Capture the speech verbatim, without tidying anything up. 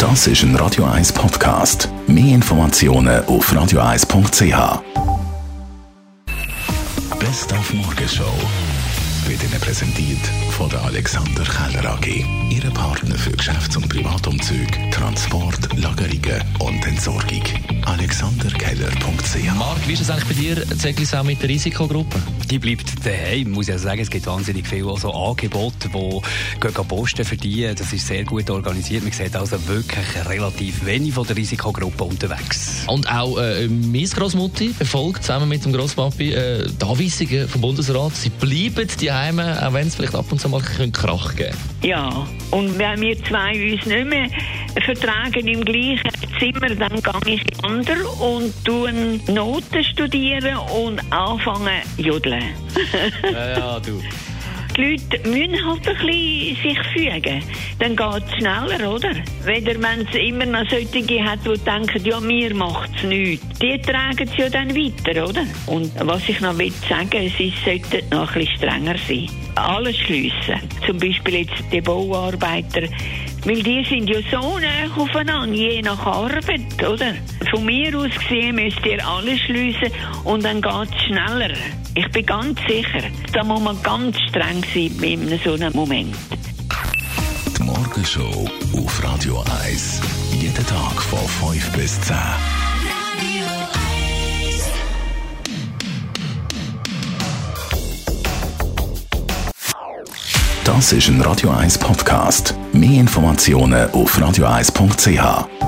Das ist ein Radio eins Podcast. Mehr Informationen auf radio eins punkt c h. Best auf Morgenshow wird Ihnen präsentiert von der Alexander Keller A G. Ihre Partner für Geschäfts- und Privatumzüge, Transport, Lagerungen und Entsorgung. alexander keller punkt c h. Marc, wie ist es eigentlich bei dir, Zeglis, auch mit der Risikogruppe? Die bleibt daheim, muss ich ja sagen. Es gibt wahnsinnig viele so Angebote, die gehen posten für die. Das ist sehr gut organisiert. Man sieht also wirklich relativ wenig von der Risikogruppe unterwegs. Und auch äh, meine Grossmutti befolgt zusammen mit dem Grosspapi äh, die Anweisungen vom Bundesrat. Sie bleiben daheim, auch wenn es vielleicht ab und zu mal einen Krach geben könnte. Ja, und wenn wir zwei uns nicht mehr vertragen im gleichen Zimmer, dann gehe ich ander und tue Noten studieren und anfangen jodeln. Ja, ja, du. Die Leute müssen halt ein bisschen sich fügen. Dann geht es schneller, oder? Weder wenn es immer noch solche hat, die denken, ja, mir macht es nichts. Die tragen es ja dann weiter, oder? Und was ich noch will sagen, sie sollten noch ein bisschen strenger sein. Alles schliessen. Zum Beispiel jetzt die Bauarbeiter. Weil die sind ja so nah aufeinander, je nach Arbeit, oder? Von mir aus gesehen müsst ihr alles schliessen und dann geht es schneller. Ich bin ganz sicher, da muss man ganz streng sein in so einem Moment. Die Morgenshow auf Radio eins. Jeden Tag von fünf bis zehn. Das ist ein Radio eins Podcast. Mehr Informationen auf radio eins punkt c h.